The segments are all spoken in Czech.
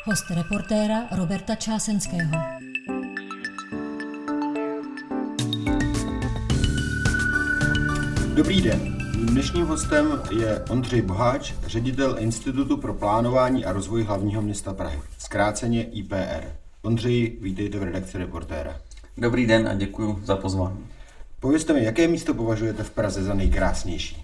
Host reportéra Roberta Čásenského. Dobrý den. Mým dnešním hostem je Ondřej Boháč, ředitel Institutu pro plánování a rozvoj hlavního města Prahy, zkráceně IPR. Ondřej, vítejte v redakci reportéra. Dobrý den a děkuji za pozvání. Povězte mi, jaké místo považujete v Praze za nejkrásnější?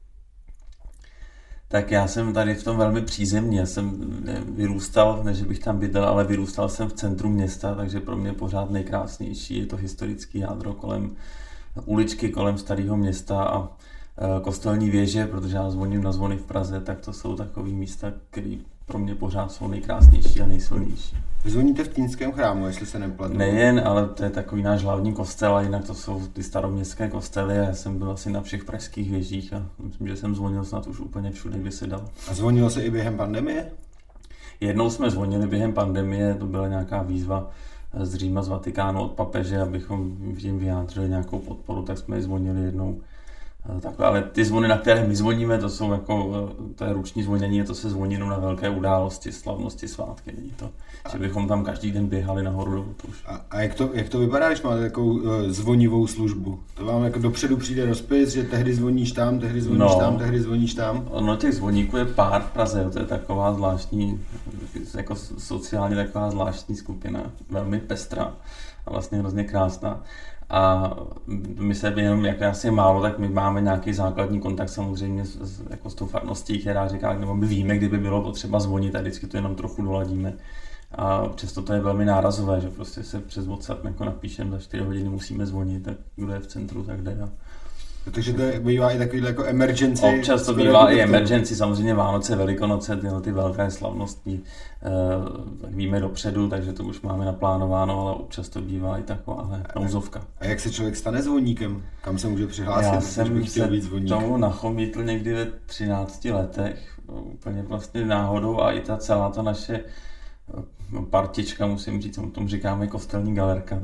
Tak já jsem tady v tom velmi přízemní. Já jsem vyrůstal, ne že bych tam bydlel, ale vyrůstal jsem v centru města, takže pro mě pořád nejkrásnější je to historické jádro kolem uličky, kolem Starého města a Kostelní věže, protože já zvoním na zvony v Praze, tak to jsou takové místa, které pro mě pořád jsou nejkrásnější a nejsilnější. Vy zvoníte v Týnském chrámu, jestli se nepletu. Nejen, ale to je takový náš hlavní kostel, a jinak to jsou ty staroměstské kostely a já jsem byl asi na všech pražských věžích a myslím, že jsem zvonil snad už úplně všude, kde se dal. A zvonilo se i během pandemie? Jednou jsme zvonili během pandemie, to byla nějaká výzva z Říma, z Vatikánu od papeže, abychom jim vyjádřili nějakou podporu, tak jsme ji zvonili jednou. Takhle, ale ty zvony, na které my zvoníme, to jsou to je ruční zvonění, to se zvoní jenom na velké události, slavnosti, svátky. Není to, že bychom tam každý den běhali nahoru dolů. A jak to vypadá, když máte takovou zvonivou službu? To vám jako dopředu přijde rozpis, že tehdy zvoníš tam, tehdy zvoníš tam, tehdy zvoníš tam? No těch zvoníků je pár v Praze, to je taková zvláštní, jako sociálně taková zvláštní skupina, velmi pestrá a vlastně hrozně krásná. A my se jenom, jak asi málo, tak my máme nějaký základní kontakt samozřejmě s tou farností, která říká, nebo my víme, kdyby bylo potřeba zvonit a vždycky to jenom trochu doladíme. A často to je velmi nárazové, že prostě se přes WhatsApp jako napíšem, za 4 hodiny musíme zvonit, tak kdo je v centru, tak jde. Takže to bývá i takový jako emergency. Občas to bývá i emergency, samozřejmě Vánoce, Velikonoce, ty velké slavnosti, tak víme dopředu, takže to už máme naplánováno, ale občas to bývá i taková nouzovka. A jak se člověk stane zvoníkem? Kam se může přihlásit? Já jsem se tomu nachomítl někdy ve 13 letech, úplně vlastně náhodou, a i celá ta naše partička, musím říct, tomu říkáme kostelní galerka,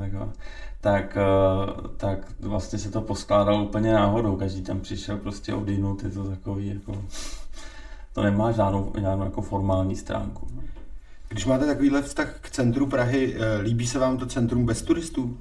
tak vlastně se to poskládalo úplně náhodou, každý tam přišel prostě odinut, je to takový jako, to nemá žádnou jako formální stránku. Když máte takovýhle vztah k centru Prahy, líbí se vám to centrum bez turistů?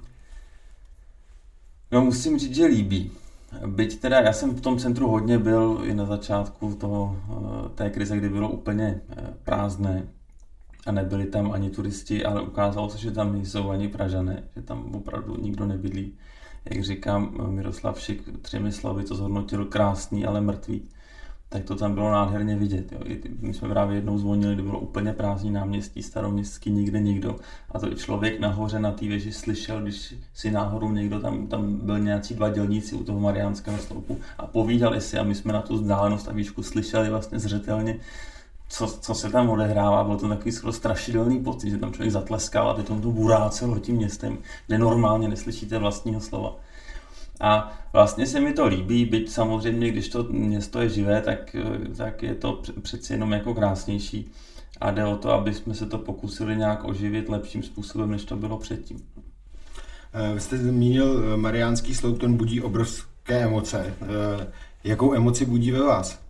No musím říct, že líbí. Byť teda já jsem v tom centru hodně byl i na začátku té krize, kdy bylo úplně prázdné a nebyli tam ani turisti, ale ukázalo se, že tam nejsou ani Pražané, že tam opravdu nikdo nebydlí. Jak říkám, Miroslav Šik 3 slovy to zhodnotil krásný, ale mrtvý. Tak to tam bylo nádherně vidět. Jo. My jsme právě jednou zvonili, kdy bylo úplně prázdný náměstí, staroměstský, nikde nikdo. A to i člověk nahoře na té věži slyšel, když si náhodou někdo, tam byl nějací 2 dělníci u toho Mariánského sloupu a povídali si, a my jsme na tu vzdálenost a výšku slyšeli vlastně zřetelně, co se tam odehrává. Byl to takový skoro strašidelný pocit, že tam člověk zatleskal a potom tu burácelo tím městem, kde normálně neslyšíte vlastního slova. A vlastně se mi to líbí, byť samozřejmě, když to město je živé, tak je to přeci jenom jako krásnější. A jde o to, aby jsme se to pokusili nějak oživit lepším způsobem, než to bylo předtím. Vy jste zmínil Mariánský sloup, ten budí obrovské emoce. Jakou emoci budí ve vás?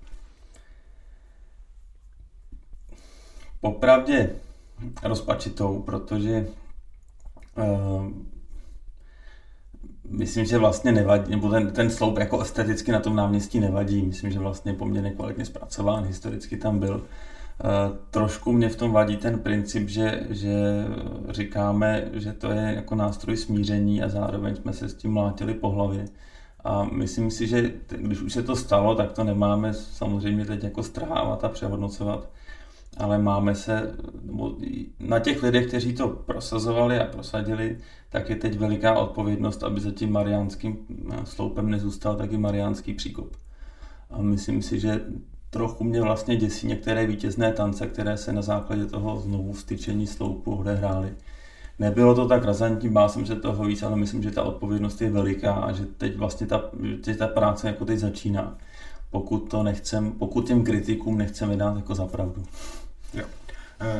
Popravdě rozpačitou, protože myslím, že vlastně nevadí, nebo ten sloup jako esteticky na tom náměstí nevadí. Myslím, že vlastně poměrně kvalitně zpracován, historicky tam byl. Trošku mě v tom vadí ten princip, že říkáme, že to je jako nástroj smíření a zároveň jsme se s tím mlátili po hlavě. A myslím si, že když už se to stalo, tak to nemáme samozřejmě teď jako strhávat a přehodnocovat, ale máme se, na těch lidech, kteří to prosazovali a prosadili, tak je teď veliká odpovědnost, aby za tím mariánským sloupem nezůstal taky mariánský příkop. A myslím si, že trochu mě vlastně děsí některé vítězné tance, které se na základě toho znovu vstyčení sloupu odehrály. Nebylo to tak razantní, bál jsem se toho víc, ale myslím, že ta odpovědnost je veliká a že teď vlastně ta práce jako teď začíná. Pokud těm kritikům nechceme dát jako za pravdu. Jo.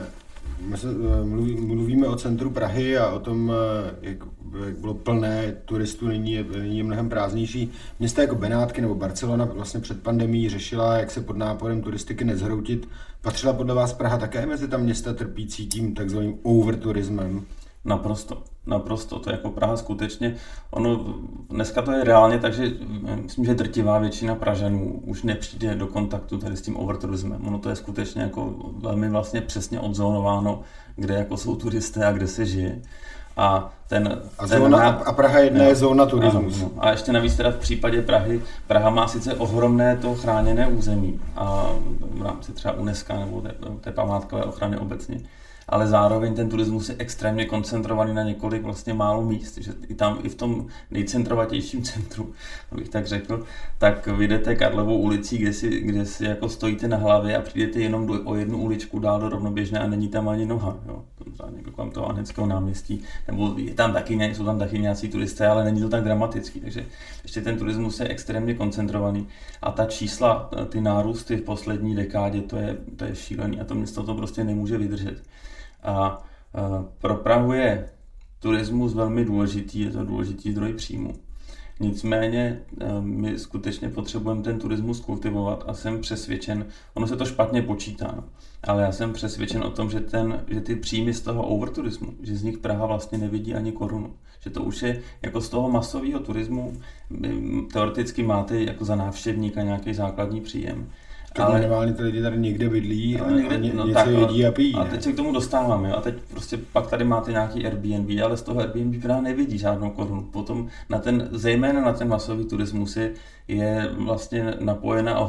Mluvíme o centru Prahy a o tom, jak bylo plné turistů, nyní je mnohem prázdnější. Města jako Benátky nebo Barcelona vlastně před pandemií řešila, jak se pod náporem turistiky nezhroutit. Patřila podle vás Praha také mezi ta města trpící tím takzvaným overturismem? Naprosto. To je jako Praha skutečně, dneska to je reálně, takže myslím, že drtivá většina Pražanů už nepřijde do kontaktu tady s tím overturismem. Ono to je skutečně jako velmi vlastně přesně odzónováno, kde jako jsou turisté a kde se žije. A Praha 1 je zóna turismu. A ještě navíc teda v případě Praha má sice ohromné to chráněné území a v rámci třeba UNESCO nebo té památkové ochrany obecně, ale zároveň ten turismus je extrémně koncentrovaný na několik vlastně málo míst, že i v tom nejcentrovatějším centru, abych tak řekl, tak vyjdete Karlovou ulicí, kde si jako stojíte na hlavě a přijdete jenom o jednu uličku dál do rovnoběžné a není tam ani noha, jo. Kolem toho Aneckého náměstí, nebo jsou tam taky nějací turisté, ale není to tak dramatický, takže ještě ten turismus je extrémně koncentrovaný a ta čísla, ty nárůsty v poslední dekádě, to je šílený a to město to prostě nemůže vydržet. A pro Prahu je turismus velmi důležitý, je to důležitý zdroj příjmu. Nicméně my skutečně potřebujeme ten turismus kultivovat a jsem přesvědčen, ono se to špatně počítá, ale já jsem přesvědčen o tom, že ty příjmy z toho overturismu, že z nich Praha vlastně nevidí ani korunu. Že to už je jako z toho masového turismu, teoreticky máte jako za návštěvníka nějaký základní příjem. Ale minimálně ty lidi tady někde bydlí a něco jedí a pijí. A teď se k tomu dostáváme. A teď prostě pak tady máte nějaký Airbnb, ale z toho Airbnb právě nevidí žádnou korunu. Potom zejména na ten masový turismus je vlastně napojena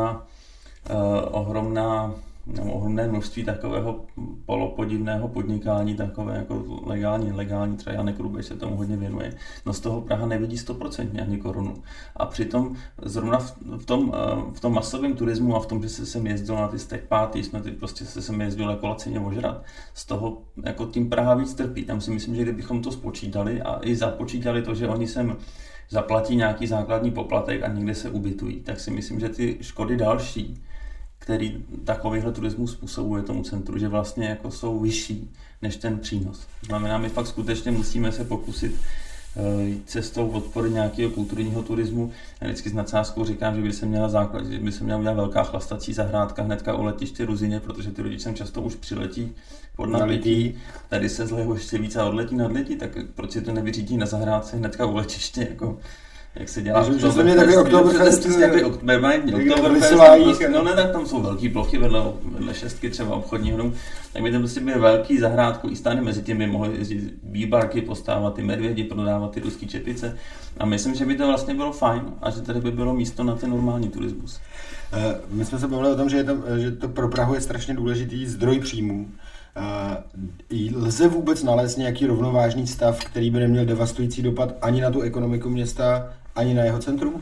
ohromné množství takového polopodivného podnikání, takové jako legální, třeba Janek Rubeš se tomu hodně věnuje. No z toho Praha nevidí 100% ani korunu. A přitom zrovna v tom masovém turismu a v tom, že se sem jezdil na ty steak party, se sem jezdil jako lacině ožrat, z toho jako tím Praha víc trpí. Tam si myslím, že kdybychom to spočítali a i započítali to, že oni sem zaplatí nějaký základní poplatek a někde se ubytují, tak si myslím, že ty škody další, který takovýhle turismus způsobuje tomu centru, že vlastně jako jsou vyšší než ten přínos. Znamená, my fakt skutečně musíme se pokusit jít cestou podpory nějakého kulturního turismu. Já vždycky s nadsázkou říkám, že by se měla udělat velká chlastací zahrádka hnedka u letiště Ruzyně, protože ty lidi sem často už přiletí pod nadletí, tady se zlehou ještě víc a odletí nadletí, tak proč si to nevyřídí na zahrádce hnedka u letiště, jako jak se dělá. Že to je takový Oktoberfest. No ne, tam jsou velký plochy vedle šestky třeba obchodního domu, tak by to prostě byly velký zahrádko i stány, mezi tím by mohly jezdit býbarky, postávat ty medvědi, prodávat ty ruský čepice a myslím, že by to vlastně bylo fajn a že tady by bylo místo na ten normální turismus. My jsme se bavili o tom, že to pro Prahu je strašně důležitý zdroj příjmů. Lze vůbec nalézt nějaký rovnovážný stav, který by neměl devastující dopad ani na tu ekonomiku města, ani na jeho centrum?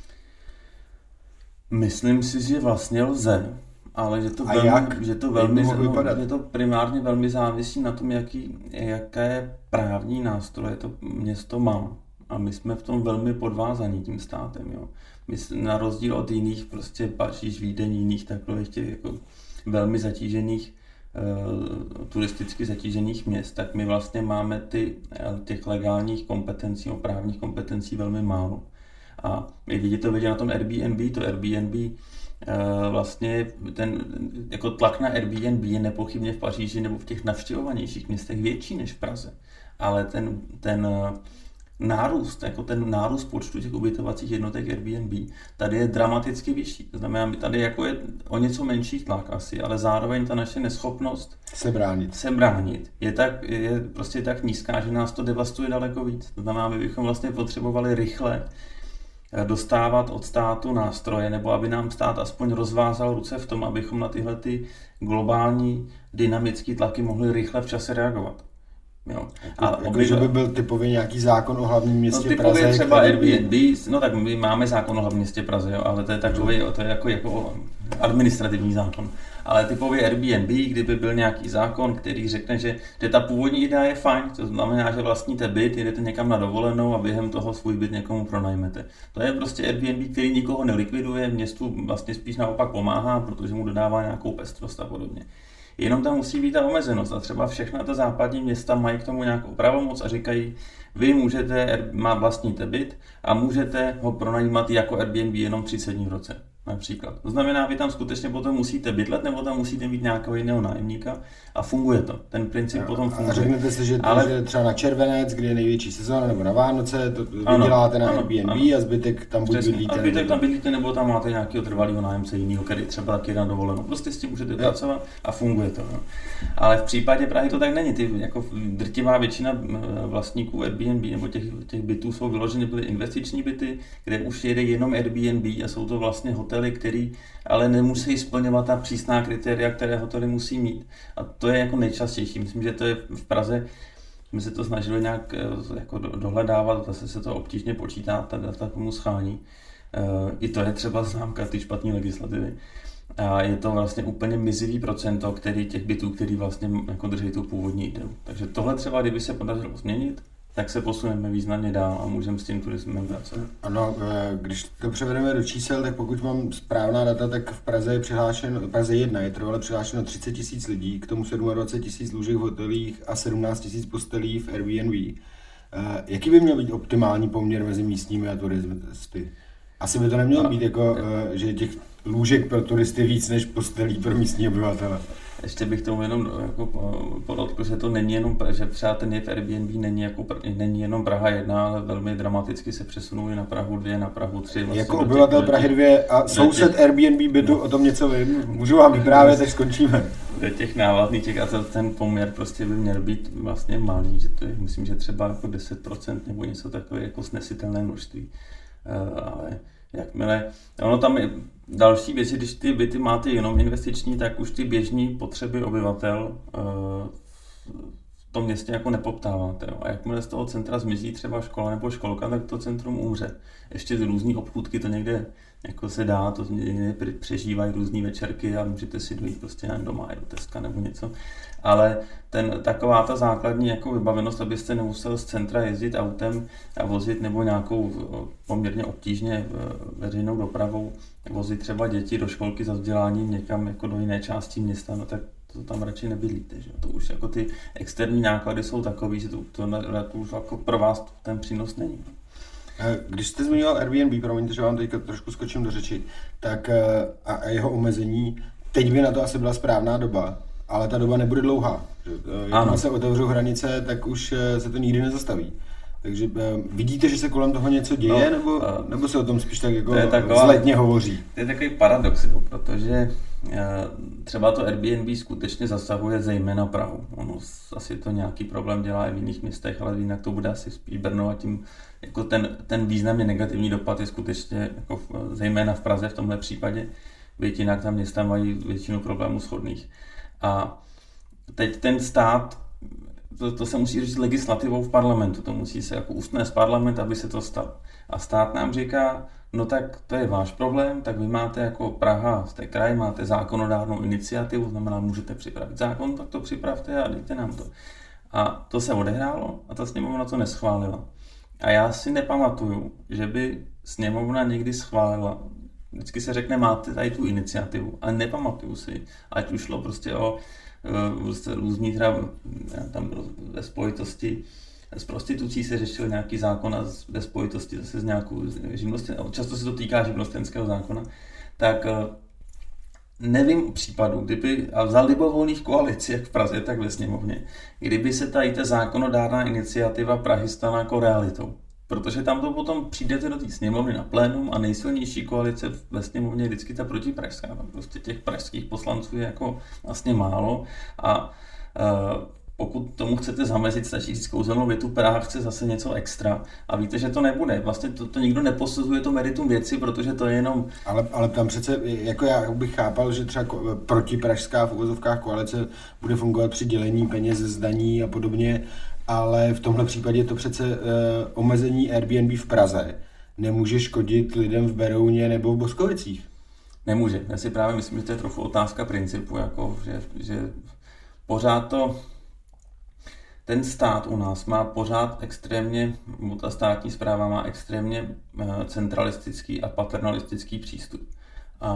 Myslím si, že vlastně lze, ale že to primárně velmi závisí na tom, jaké právní nástroje to město má. A my jsme v tom velmi podvázaní tím státem. Jo. My na rozdíl od jiných, prostě Paříž, Vídeň, jiných takových těch jako velmi zatížených, turisticky zatížených měst, tak my vlastně máme těch legálních kompetencí, právních kompetencí velmi málo. A my vidíte na tom Airbnb, to Airbnb vlastně jako tlak na Airbnb je nepochybně v Paříži nebo v těch navštěvovanějších městech větší než v Praze. Ale ten nárůst počtu těch ubytovacích jednotek Airbnb tady je dramaticky vyšší. To znamená, tady jako je o něco menší tlak asi, ale zároveň ta naše neschopnost se bránit je prostě tak nízká, že nás to devastuje daleko víc. To znamená, my bychom vlastně potřebovali rychle dostávat od státu nástroje, nebo aby nám stát aspoň rozvázal ruce v tom, abychom na tyhle globální dynamické tlaky mohli rychle v čase reagovat. Jo. Že by byl typově nějaký zákon o hlavním městě Praze. Typově třeba Airbnb, no tak my máme zákon o hlavním městě Praze, jo, ale to je takový, to je jako administrativní zákon. Ale typově Airbnb, kdyby byl nějaký zákon, který řekne, že ta původní idea je fajn, to znamená, že vlastníte byt, jedete někam na dovolenou a během toho svůj byt někomu pronajmete. To je prostě Airbnb, který nikoho nelikviduje, městu vlastně spíš naopak pomáhá, protože mu dodává nějakou pestrost a podobně. Jenom tam musí být ta omezenost a třeba všechna ta západní města mají k tomu nějakou pravomoc a říkají, vy můžete, vlastníte byt a můžete ho pronajímat jako Airbnb jenom 30 dní v roce. Například. To znamená, vy tam skutečně potom musíte bydlet, nebo tam musíte mít nějakého jiného nájemníka a funguje to. Ten princip potom funguje. A řeknete si, že třeba na červenec, kdy je největší sezóna, nebo na Vánoce, to vyděláte na Airbnb a zbytek tam buď bydlíte. A zbytek tam bydlíte, nebo tam máte nějakého trvalého nájemce jiného, který třeba taky na dovolenou. Prostě s tím můžete pracovat a funguje to. No. Ale v případě Prahy to tak není. Jako drtivá většina vlastníků Airbnb nebo těch bytů jsou vyloženě byly investiční byty, kde už jede jenom Airbnb a jsou to vlastně hotely, který ale nemusí splňovat ta přísná kritéria, které hotely musí mít. A to je jako nejčastější. Myslím, že to je v Praze, jsme se to snažili nějak jako dohledávat, zase se to obtížně počítá, ta data tomu schání. I to je třeba známka ty špatné legislativy. A je to vlastně úplně mizivý procento, těch bytů, který vlastně jako drží tu původní ideu. Takže tohle třeba, kdyby se podařilo změnit, tak se posuneme významně dál a můžeme s tím turismem pracovat. Ano, když to převedeme do čísel, tak pokud mám správná data, tak v Praze je Praze 1 je trvale přihlášeno 30 000 lidí, k tomu 27 000 lůžek v hotelích a 17 000 postelí v Airbnb. Jaký by měl být optimální poměr mezi místními a turisty? Asi by to nemělo být jako, že těch lůžek pro turisty víc než postelí pro místní obyvatele. Ještě bych tomu jenom jako podotkl, že to není jenom, že třeba ten v Airbnb není jenom Praha 1, ale velmi dramaticky se přesunuli na Prahu 2, na Prahu 3. Vlastně jako obyvatel Prahy 2 a soused Airbnb bytu, o tom něco vím, můžu vám vyprávět, až skončíme. Do těch návazných a ten poměr prostě by měl být vlastně malý, že to je, myslím, že třeba jako 10% nebo něco takové jako snesitelné množství. Ale jakmile, ono tam je další věc, když ty byty máte jenom investiční, tak už ty běžní potřeby obyvatel v tom městě jako nepoptáváte. Jo. A jakmile z toho centra zmizí třeba škola nebo školka, tak to centrum umře. Ještě z různý obchůdky to někde jako se dá, to někde přežívají různý večerky a můžete si dojít prostě jen doma, do Teska nebo něco. Ale taková ta základní jako vybavenost, abyste nemusel z centra jezdit autem a vozit nebo nějakou poměrně obtížně veřejnou dopravou, vozit třeba děti do školky za vzděláním někam jako do jiné části města, no tak to tam radši nebydlíte. Že? To už jako ty externí náklady jsou takový, že to už jako pro vás ten přínos není. Když jste zmiňoval Airbnb, promiňte, že vám teďka trošku skočím do řeči, tak a jeho omezení, teď by na to asi byla správná doba, ale ta doba nebude dlouhá. Jakmile se otevřou hranice, tak už se to nikdy nezastaví. Takže vidíte, že se kolem toho něco děje, nebo se o tom spíš tak jako vzletně hovoří? To je takový paradox, protože třeba to Airbnb skutečně zasahuje zejména Prahu. Ono asi to nějaký problém dělá i v jiných městech, ale jinak to bude asi spíš Brno a tím jako ten významně negativní dopad je skutečně jako zejména v Praze v tomhle případě, byť jinak tam města mají většinu problémů shodných. A teď ten stát, to se musí řešit legislativou v parlamentu, to musí se jako usnést parlament, aby se to stalo. A stát nám říká, no tak to je váš problém, tak vy máte jako Praha, jste kraj, máte zákonodárnou iniciativu, znamená, můžete připravit zákon, tak to připravte a dejte nám to. A to se odehrálo a ta sněmovna to neschválila. A já si nepamatuju, že by sněmovna někdy schválila. Vždycky se řekne, máte tady tu iniciativu, ale nepamatuju si, ať už šlo prostě o různý třeba tam bylo ve spojitosti s prostitucí se řešil nějaký zákon a ve spojitosti zase s nějakou živnostenskou, často se to týká živnostenského zákona, tak nevím případu, kdyby, a za libovolných koalic, jak v Praze, tak ve sněmovně, kdyby se tady ta zákonodárná iniciativa Prahy stala jako realitou. Protože tam to potom přijdete do té sněmovny na plénum a nejsilnější koalice ve sněmovně je vždycky ta protipražská. Tam prostě těch pražských poslanců je jako vlastně málo a pokud tomu chcete zamezit, stačí říct kouzelnou větu, Praha chce zase něco extra a víte, že to nebude. Vlastně to nikdo neposuzuje to meritum věci, protože to je jenom... Ale tam přece, jako já bych chápal, že třeba protipražská v uvozovkách koalice bude fungovat při dělení peněz z daní a podobně, ale v tomhle případě je to přece omezení Airbnb v Praze nemůže škodit lidem v Berouně nebo v Boskovicích. Nemůže. Já si právě myslím, že to je trochu otázka principu, jako, že pořád to... Ten stát u nás má pořád extrémně, ta státní správa má extrémně centralistický a paternalistický přístup. A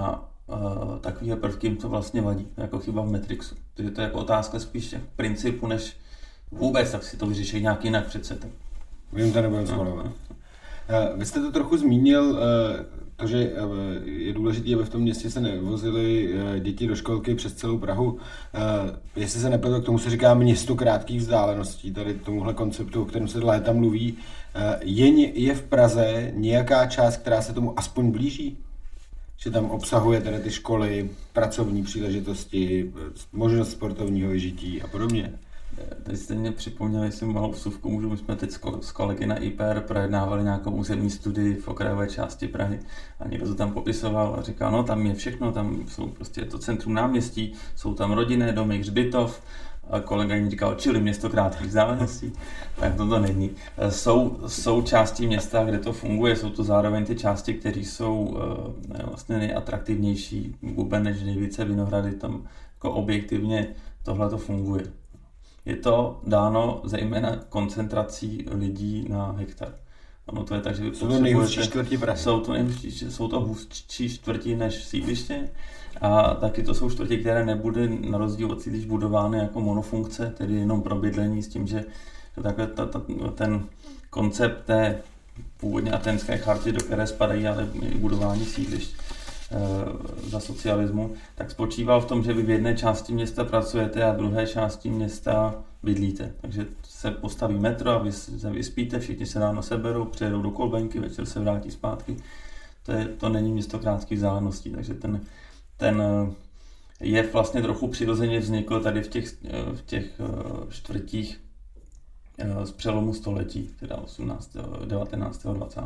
takové prvky jim to vlastně vadí, jako chyba v Matrixu. Takže to je jako otázka spíš principu, než vůbec, tak si to vyřeší nějak jinak přece. Tak. Vím, to nebudem schvalovat. Vy jste to trochu zmínil, to, že je důležité, aby v tom městě se nevozily děti do školky přes celou Prahu. Jestli se nepletu, k tomu se říká město krátkých vzdáleností, tady tomuhle konceptu, o kterém se léta mluví. Je v Praze nějaká část, která se tomu aspoň blíží? Že tam obsahuje tedy ty školy, pracovní příležitosti, možnost sportovního vyžití a podobně? Teď jste mě připomněli, si malou vsuvku, my jsme teď s kolegy na IPR projednávali nějakou územní studii v okrajové části Prahy a někdo to tam popisoval a říkal, no tam je všechno, tam jsou prostě to centrum náměstí, jsou tam rodinné domy, hřbitov a kolega jim říkal, čili město krátkých vzdáleností, tak to není. Jsou části města, kde to funguje, jsou to zároveň ty části, které jsou vlastně nejatraktivnější, Bubenec, Nejvíce, Vinohrady, tam jako objektivně tohle to funguje. Je to dáno zejména koncentrací lidí na hektar. Ono to je tak, že vy jsou to nejhustší čtvrti Prahy. Jsou to hustší čtvrti než sídliště a taky to jsou čtvrti, které nebude na rozdíl od sídlišť budovány jako monofunkce, tedy jenom pro bydlení s tím, že takhle ten koncept té původně athénské charty, do které spadají ale i budování sídlišť za socialismu, tak spočíval v tom, že vy v jedné části města pracujete a v druhé části města bydlíte. Takže se postaví metro a vy se vyspíte, všichni se ráno seberou, přijedou do Kolbenky, večer se vrátí zpátky. To není město krátkých vzdáleností, takže ten je vlastně trochu přirozeně vznikl tady v těch čtvrtích z přelomu století, teda 18., 19., 20.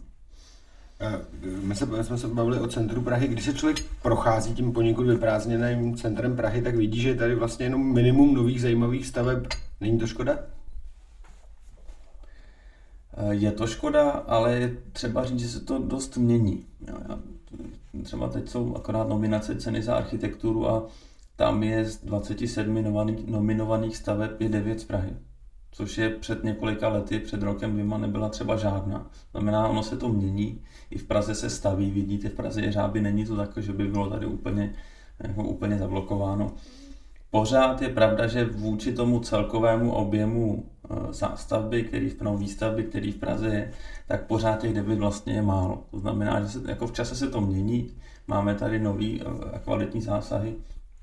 My jsme se bavili o centru Prahy. Když se člověk prochází tím poněkud vyprázdněným centrem Prahy, tak vidí, že je tady vlastně jenom minimum nových zajímavých staveb. Není to škoda? Je to škoda, ale je třeba říct, že se to dost mění. Třeba teď jsou akorát nominace ceny za architekturu a tam je z 27 nominovaných staveb je 9 z Prahy. Což je před několika lety, před rokem 2 nebyla třeba žádná. Znamená, ono se to mění, i v Praze se staví, vidíte, v Praze Jeřáby, není to tak, že by bylo tady úplně zablokováno. Pořád je pravda, že vůči tomu celkovému objemu zástavby, výstavby, který v Praze je, tak pořád těch 9 vlastně je málo. To znamená, že jako v čase se to mění, máme tady nový a kvalitní zásahy,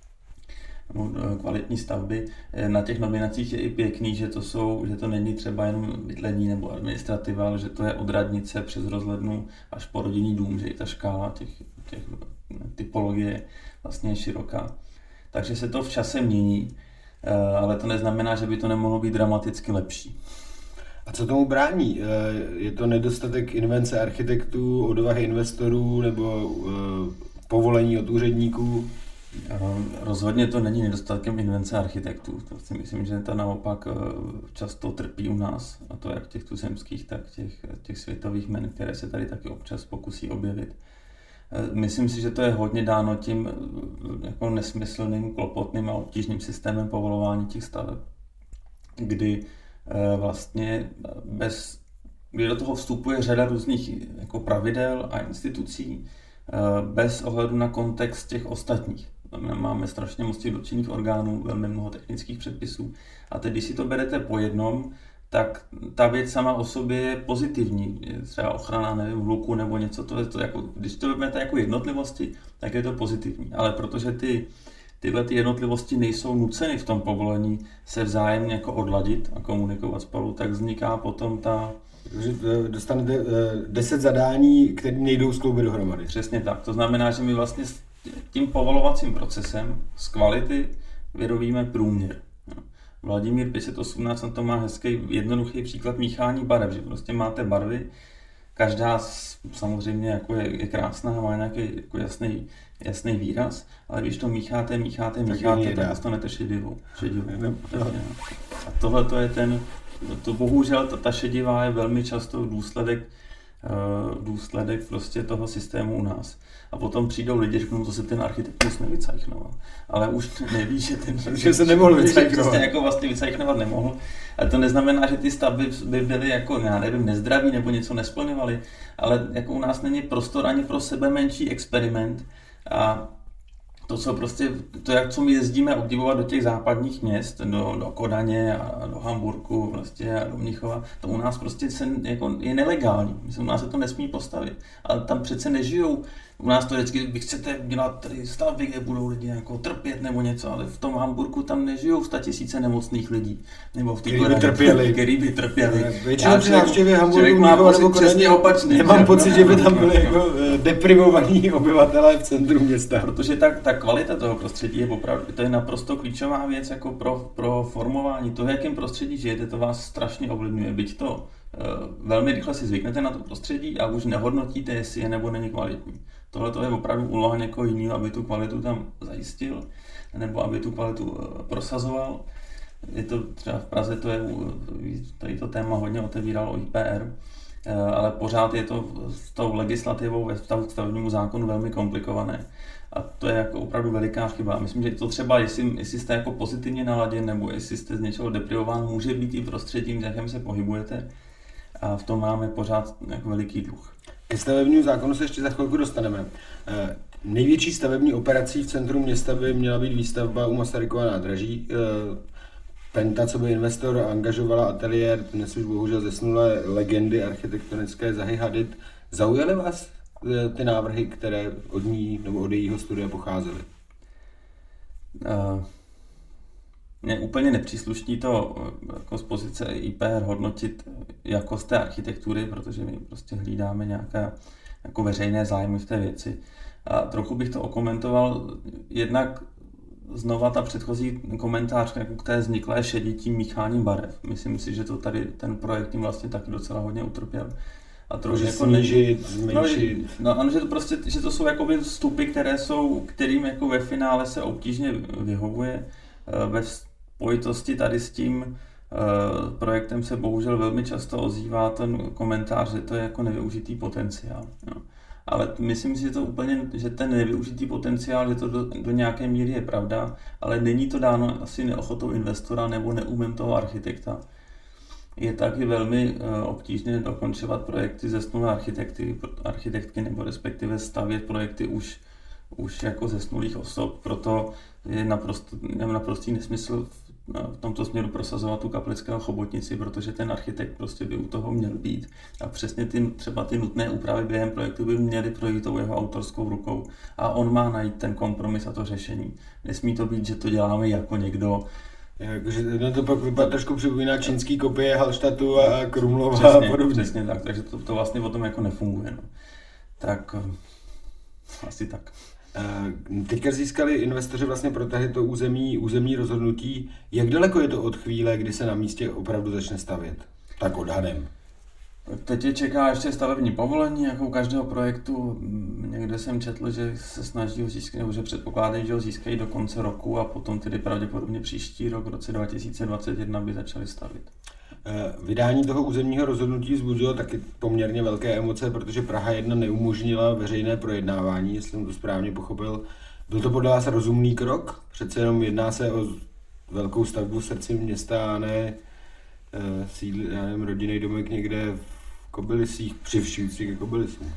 kvalitní stavby. Na těch nominacích je i pěkný, že to není třeba jenom bydlení nebo administrativa, ale že to je od radnice přes rozhlednu až po rodinný dům, že i ta škála těch typologie vlastně je široká. Takže se to v čase mění, ale to neznamená, že by to nemohlo být dramaticky lepší. A co tomu brání? Je to nedostatek invence architektů, odvahy investorů nebo povolení od úředníků? Rozhodně to není nedostatkem invence architektů. To si myslím, že to naopak často trpí u nás, a to jak těch tuzemských, tak těch světových jmen, které se tady taky občas pokusí objevit. Myslím si, že to je hodně dáno tím jako nesmyslným, klopotným a obtížným systémem povolování těch staveb, kdy vlastně kdy do toho vstupuje řada různých jako pravidel a institucí bez ohledu na kontext těch ostatních. Máme strašně moc těch dotčených orgánů, velmi mnoho technických předpisů a teď, když si to berete po jednom, tak ta věc sama o sobě je pozitivní. Je třeba ochrana, nevím, hluku nebo něco, to jako, když to vezmete jako jednotlivosti, tak je to pozitivní. Ale protože tyhle jednotlivosti nejsou nuceny v tom povolení se vzájemně jako odladit a komunikovat spolu, tak vzniká potom Takže dostanete 10 zadání, které nejdou skloubit dohromady. Přesně tak. To znamená, že my vlastně tím povolovacím procesem z kvality vyrovíme průměr. Vladimír 518 na to má hezký, jednoduchý příklad míchání barev, že prostě máte barvy, každá samozřejmě jako je krásná, má nějaký jako jasný výraz, ale když to mícháte, tak dostanete šedivou. A tohle to je bohužel ta šedivá je velmi často důsledek prostě toho systému u nás. A potom přijdou lidi, řeknou, to se ten architektus nevycajchnoval. Ale už neví, že se nemohl vycajchnovat. Jako vlastně vycajchnovat nemohl. Ale to neznamená, že ty stavby by byly jako, já nevím, nezdraví nebo něco nesplňovaly, ale jako u nás není prostor ani pro sebe menší experiment. A co my jezdíme obdivovat do těch západních měst, do Kodaně a do Hamburku prostě a do Mnichova, to u nás prostě je nelegální. Myslím, u nás se to nesmí postavit. Ale tam přece nežijou. U nás to vždycky, vy chcete dělat tady stavby, kde budou lidi jako trpět nebo něco, ale v tom Hamburku tam nežijou 100 000 nemocných lidí. Nebo v který by trpěli. Většinou při návštěvě Hamburku má pocit přesně opačný. Nemám pocit, že by tam byli jako deprimovaní obyvatelé v centru města. Protože ta kvalita toho prostředí je opravdu, to je naprosto klíčová věc jako pro formování toho, jakým prostředí žijete, to vás strašně ovlivňuje. Byť to velmi rychle si zvyknete na to prostředí a už nehodnotíte, jestli je nebo není kvalitní. Tohle to je opravdu úloha někoho jiného, aby tu kvalitu tam zajistil, nebo aby tu kvalitu prosazoval. Je to třeba v Praze, tady to téma hodně otevíralo IPR, ale pořád je to s tou legislativou ve vztahu k stavebnímu zákonu velmi komplikované. A to je jako opravdu veliká chyba. Myslím, že to třeba, jestli jste jako pozitivně naladěn, nebo jestli jste z něčeho deprivován, může být i prostředím, v jakém se pohybujete. A v tom máme pořád jako veliký dluh. Ke stavebnímu zákonu se ještě za chvilku dostaneme. Největší stavební operací v centru města by měla být výstavba u Masarykova nádraží. Penta, co by investor angažovala ateliér, dnes už bohužel zesnulé legendy architektonické Zahy Hadid. Zaujaly vás ty návrhy, které od ní nebo od jejího studia pocházely? Mně úplně nepříslušní to jako z pozice IPR hodnotit jakost té architektury, protože my prostě hlídáme nějaké jako veřejné zájmy v té věci. A trochu bych to okomentoval, jednak znova ta předchozí komentář jako k té vzniklé šeditím mícháním barev. Myslím si, že to tady ten projekt tím vlastně taky docela hodně utrpěl. A trochu jako zmenšit. No, že to prostě, že to jsou jakoby vstupy, kterým jako ve finále se obtížně vyhovuje. Ve spojitosti tady s tím projektem se bohužel velmi často ozývá ten komentář, že to je jako nevyužitý potenciál. No. Ale myslím si, že ten nevyužitý potenciál, že to do nějaké míry je pravda, ale není to dáno asi neochotou investora nebo neumem toho architekta. Je taky velmi obtížné dokončovat projekty zesnulé architektky nebo respektive stavět projekty už jako zesnulých osob. Proto je naprostý nesmysl v tomto směru prosazovat tu Kaplického chobotnici, protože ten architekt prostě by u toho měl být. A přesně třeba ty nutné úpravy během projektu by měly projít tou jeho autorskou rukou. A on má najít ten kompromis a to řešení. Nesmí to být, že to děláme jako někdo. No to pak vypadá trošku připomíná čínský kopie Hallstattu a Krumlova a podobně. Přesně tak, takže to vlastně o tom jako nefunguje. No. Tak asi tak. Teďka získali investoři vlastně pro to územní rozhodnutí. Jak daleko je to od chvíle, kdy se na místě opravdu začne stavět? Tak odhadem. Teď je čeká ještě stavební povolení, jako u každého projektu. Někde jsem četl, že se snaží ho získat, nebo že předpokládají, že ho získají do konce roku a potom tedy pravděpodobně příští rok, v roce 2021 by začali stavět. Vydání toho územního rozhodnutí vzbudilo taky poměrně velké emoce, protože Praha 1 neumožnila veřejné projednávání, jestli jsem to správně pochopil. Byl to podle vás rozumný krok? Přece jenom jedná se o velkou stavbu v srdci města a ne rodinný domek někde v Kobylisích, při vší úctě ke Kobylisům.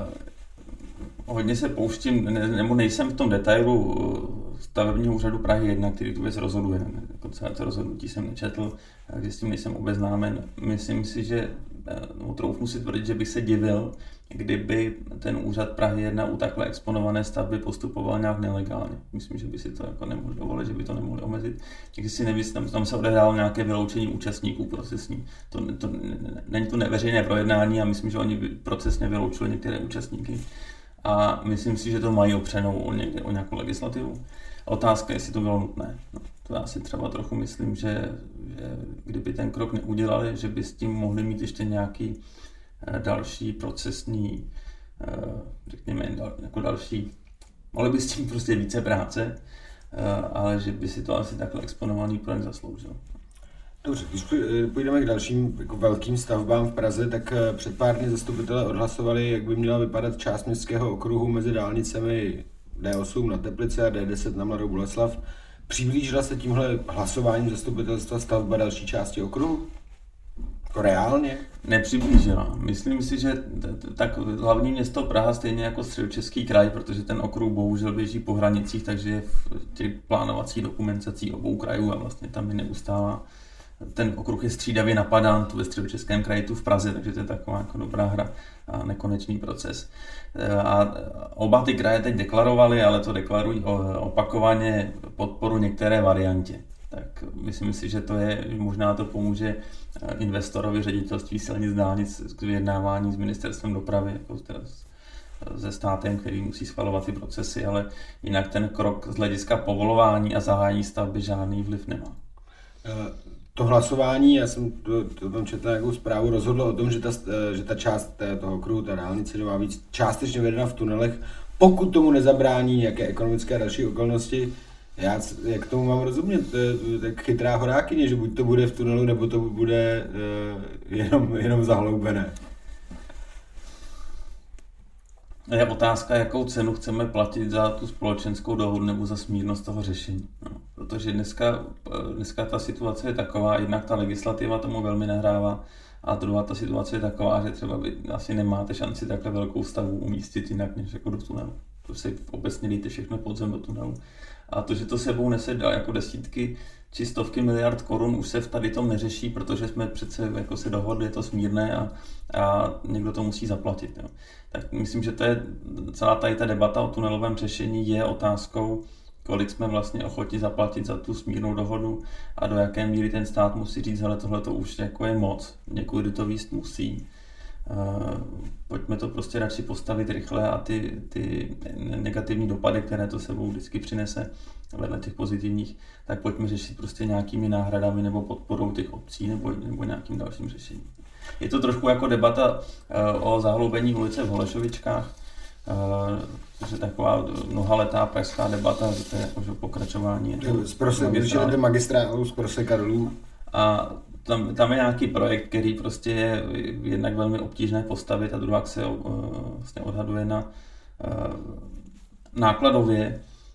Hodně se pouštím, nebo nejsem v tom detailu stavebního úřadu Prahy 1, který tu věc rozhoduje. Jako celé to rozhodnutí jsem nečetl, takže s tím nejsem obeznámen. Myslím si, že troufnu si tvrdit, že bych se divil, kdyby ten úřad Prahy 1 u takhle exponované stavby postupoval nějak nelegálně. Myslím, že by si to jako nemohli dovolit, že by to nemohli omezit. Když si nemyslím, tam se odehrálo nějaké vyloučení účastníků procesní. Není to neveřejné projednání a myslím, že oni procesně vyloučili některé účastníky. A myslím si, že to mají opřenou o nějakou legislativu. Otázka je, jestli to bylo nutné. No, to já si třeba trochu myslím, že kdyby ten krok neudělali, že by s tím mohli mít ještě nějaký další procesní, řekněme, jako další, mohli by s tím prostě více práce, ale že by si to asi takhle exponovaný projekt zasloužil. Dobře, když půjdeme k dalším jako velkým stavbám v Praze, tak před pár dny zastupitelé odhlasovali, jak by měla vypadat část městského okruhu mezi dálnicemi D8 na Teplice a D10 na Mladou Boleslav. Přiblížila se tímhle hlasováním zastupitelstva stavba další části okruhu? Reálně? Nepřiblížila. Myslím si, že tak hlavní město Praha stejně jako Středočeský kraj, protože ten okruh bohužel běží po hranicích, takže je v těch plánovacích dokumentací obou krajů a vlastně tam je neustálá. Ten okruh je střídavě napadán, tu ve Středočeském kraji, tu v Praze, takže to je taková jako dobrá hra a nekonečný proces. A oba ty kraje teď deklarovali, ale to deklarují opakovaně podporu některé variantě. Tak myslím si, že to je, možná to pomůže investorovi Ředitelství silnic dálnic k vyjednávání s ministerstvem dopravy, jako teda se státem, který musí schvalovat ty procesy, ale jinak ten krok z hlediska povolování a zahájení stavby žádný vliv nemá. To hlasování, já jsem to tam četl nějakou zprávu, rozhodlo o tom, že ta část toho okruhu, ta dálnice má být částečně vedena v tunelech, pokud tomu nezabrání nějaké ekonomické a další okolnosti. Jak tomu mám rozumět? Tak chytrá horákyně, že buď to bude v tunelu, nebo to bude jenom zahloubené. Je otázka, jakou cenu chceme platit za tu společenskou dohodu nebo za smírnost toho řešení. No, protože dneska ta situace je taková, jednak ta legislativa tomu velmi nahrává, a druhá ta situace je taková, že třeba vy asi nemáte šanci takhle velkou stavbu umístit jinak než jako do tunelu. To si obecně dejte všechno podzem do tunelu. A to, že to sebou nese jako desítky či stovky miliard korun, už se v tady tom neřeší, protože jsme přece jako se dohodli, je to smírné a někdo to musí zaplatit. Jo. Tak myslím, že to je celá tady ta debata o tunelovém řešení je otázkou, kolik jsme vlastně ochotni zaplatit za tu smírnou dohodu a do jaké míry ten stát musí říct, hele, tohle to už jako je moc, někudy to víc musí. Pojďme to prostě radši postavit rychle a ty negativní dopady, které to sebou vždycky přinese vedle těch pozitivních, tak pojďme řešit prostě nějakými náhradami nebo podporou těch obcí nebo nějakým dalším řešením. Je to trošku jako debata o zahloubení ulice v Holešovičkách, což je taková mnohaletá pražská debata, že to je jako pokračování. Magistrálu z Prosekadolů. A tam je nějaký projekt, který prostě je jednak velmi obtížné postavit a druhá se vlastně odhaduje na nákladově,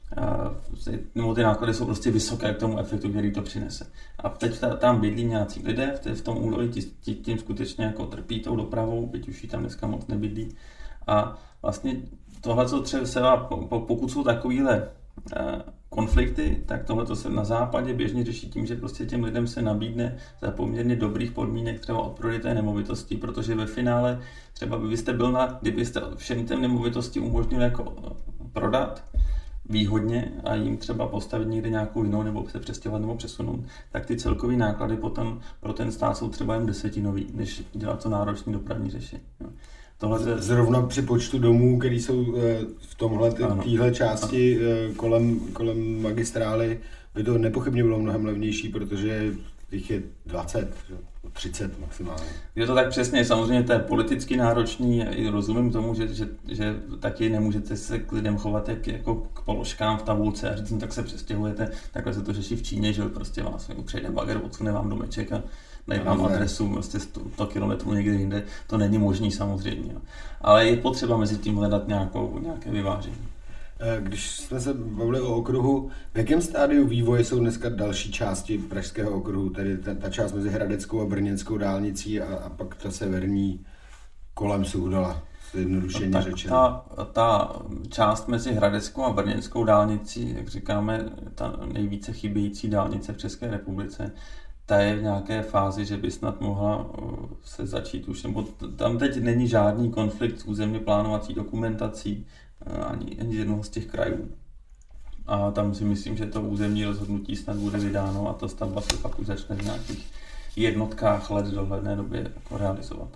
nebo ty náklady jsou prostě vysoké k tomu efektu, který to přinese. A teď tam bydlí nějací lidé, v tom údolí tím skutečně jako trpí tou dopravou, byť už jí tam dneska moc nebydlí. A vlastně tohle, co třeba, pokud jsou takovýhle konflikty, tak tohle se na západě běžně řeší tím, že prostě těm lidem se nabídne za poměrně dobrých podmínek třeba odprodej té nemovitosti, protože ve finále třeba byste byl kdybyste všem těm nemovitosti umožnil jako prodat výhodně a jim třeba postavit někde nějakou jinou nebo se přestěhovat nebo přesunout, tak ty celkový náklady potom pro ten stát jsou třeba jen desetinový, než dělat to náročný dopravní řešení. Zrovna při počtu domů, které jsou v téhle části kolem magistrály, by to nepochybně bylo mnohem levnější, protože těch je 20, 30 maximálně. Je to tak přesně, samozřejmě to je politicky náročný, rozumím tomu, že taky nemůžete se k lidem chovat jako k položkám v tabulce a říct, tak se přestěhujete, takhle se to řeší v Číně, že prostě vás přejde bager, odsune vám domeček a dají vám adresu prostě 100 km někde jinde, to není možný samozřejmě. Ale je potřeba mezi tím hledat nějaké vyvážení. Když jsme se bavili o okruhu, v jakém stádiu vývoje jsou dneska další části pražského okruhu, tedy ta část mezi Hradeckou a Brněnskou dálnicí a pak ta severní kolem Suchdola, zjednodušeně řečeno? Ta část mezi Hradeckou a Brněnskou dálnicí, jak říkáme, ta nejvíce chybějící dálnice v České republice, ta je v nějaké fázi, že by snad mohla se začít už, nebo tam teď není žádný konflikt s územně plánovací dokumentací, ani z jednoho z těch krajů. A tam si myslím, že to územní rozhodnutí snad bude vydáno a ta stavba se pak už začne v nějakých jednotkách let v dohledné době jako realizovat.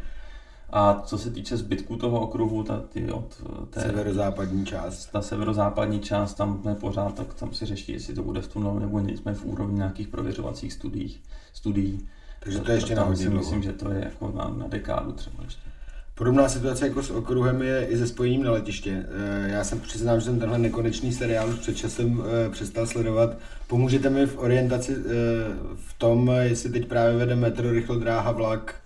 A co se týče zbytku toho okruhu, severozápadní část. Ta severozápadní část, tam jsme pořád, tak tam si řeší, jestli to bude v tunelu nebo jsme v úrovni nějakých prověřovacích studií. Takže to je ještě na hodně dlouho. Myslím, že to je jako na dekádu třeba ještě. Podobná situace jako s okruhem je i se spojením na letiště. Já jsem přiznám, že jsem tenhle nekonečný seriál už před časem přestal sledovat. Pomůžete mi v orientaci v tom, jestli teď právě vede metro, rychlodráha, vlak?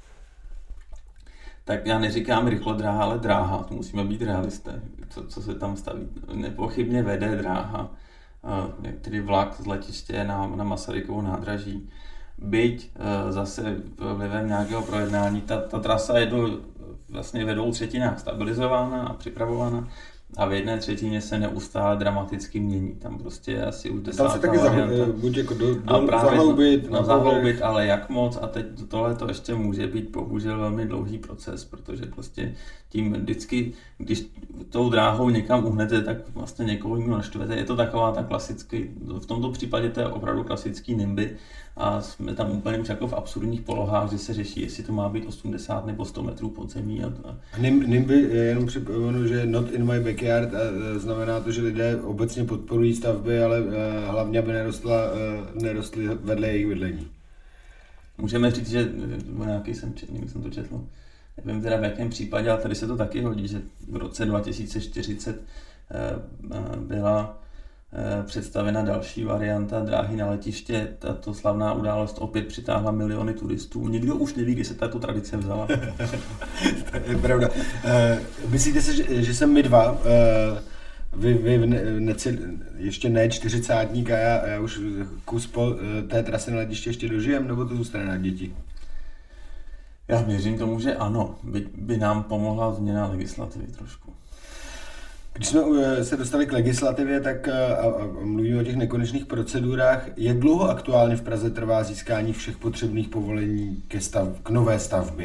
Tak já neříkám rychlodráha, ale dráha. To musíme být realisté, co se tam staví. Nepochybně vede dráha, tedy vlak z letiště na Masarykovo nádraží. byť zase vlivem nějakého projednání, ta trasa je vlastně ve 2/3 stabilizována a připravována a v 1/3 se neustále dramaticky mění. Tam prostě je asi už 10. Tam se taky buď jako zahloubit, ale jak moc a teď tohle to ještě může být bohužel velmi dlouhý proces, protože prostě tím vždycky, když tou dráhou někam uhnete, tak vlastně někoho jiného naštvete. Je to taková ta klasický, v tomto případě to je opravdu klasický NIMBY a jsme tam úplně už jako v absurdních polohách, že se řeší, jestli to má být 80 nebo 100 metrů pod zemí. A NIMBY, jenom připomenu, že not in my backyard, znamená to, že lidé obecně podporují stavby, ale hlavně aby nerostly vedle jejich bydlení. Můžeme říct, že nějaký jsem to četl. Nevím teda v jakém případě, ale tady se to taky hodí, že v roce 2040 byla představena další varianta dráhy na letiště. Tato slavná událost opět přitáhla miliony turistů. Nikdo už neví, kdy se tato tradice vzala. To je pravda. Myslíte si, že jsem my dva, vy ještě ne 40átník a já už kus té trasy na letiště ještě dožijem, nebo to zůstane na děti? Já věřím tomu, že ano. By nám pomohla změna legislativy trošku. Když jsme se dostali k legislativě, tak a mluvíme o těch nekonečných procedurách, jak dlouho aktuálně v Praze trvá získání všech potřebných povolení k nové stavbě?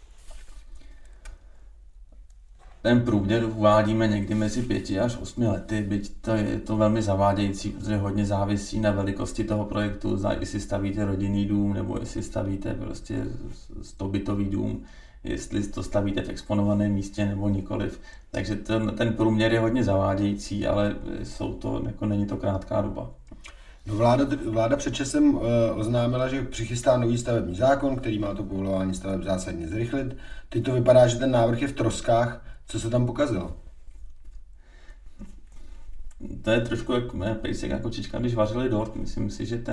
Ten průměr uvádíme někdy mezi 5 až 8 lety, byť je to velmi zavádějící, protože hodně závisí na velikosti toho projektu, jestli stavíte rodinný dům nebo jestli stavíte prostě 100bytový dům, jestli to stavíte v exponovaném místě nebo nikoliv. Takže ten průměr je hodně zavádějící, ale není to krátká doba. No vláda před časem oznámila, že přichystá nový stavební zákon, který má to povolování staveb zásadně zrychlit. Teď to vypadá, že ten návrh je v troskách. Co se tam pokazilo? To je trošku pejsek a kočička, když vařili dort. Myslím si, že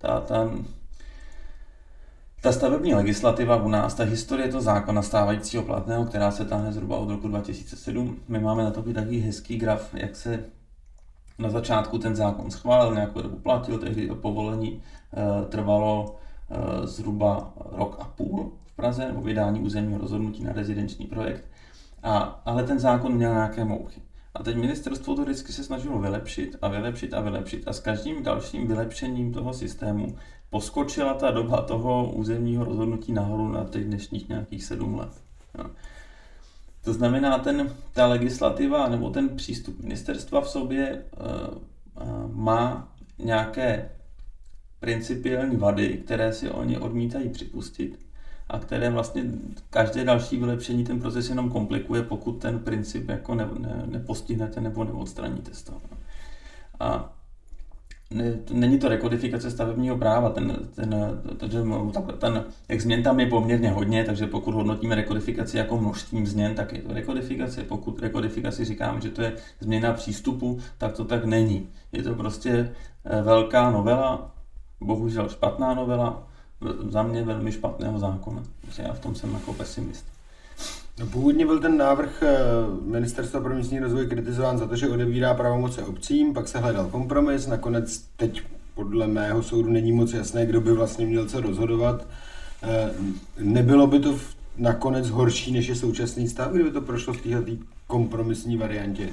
ta stavební legislativa u nás, ta historie toho zákona stávajícího platného, která se táhne zhruba od roku 2007, my máme na to takový hezký graf, jak se na začátku ten zákon schválil, nějakou dobu platil, tehdy to povolení trvalo zhruba 1,5 roku v Praze, nebo vydání územního rozhodnutí na rezidenční projekt. Ale ten zákon měl nějaké mouchy. A teď ministerstvo to vždycky se snažilo vylepšit a s každým dalším vylepšením toho systému poskočila ta doba toho územního rozhodnutí nahoru na těch dnešních nějakých 7 let. No. To znamená, ta legislativa nebo ten přístup ministerstva v sobě má nějaké principiální vady, které si oni odmítají připustit a které vlastně každé další vylepšení ten proces jenom komplikuje, pokud ten princip jako nepostihnete nebo neodstraníte z toho. A není to rekodifikace stavebního práva, jak změn tam je poměrně hodně, takže pokud hodnotíme rekodifikaci jako množstvím změn, tak je to rekodifikace. Pokud rekodifikaci říkáme, že to je změna přístupu, tak to tak není. Je to prostě velká novela, bohužel špatná novela, za mě velmi špatného zákona. Já v tom jsem jako pesimist. No, původně byl ten návrh Ministerstva pro místní rozvoj kritizován za to, že odebírá pravomoce obcím, pak se hledal kompromis, nakonec teď podle mého soudu není moc jasné, kdo by vlastně měl co rozhodovat. Nebylo by to nakonec horší, než je současný stav, kdyby to prošlo v této kompromisní variantě?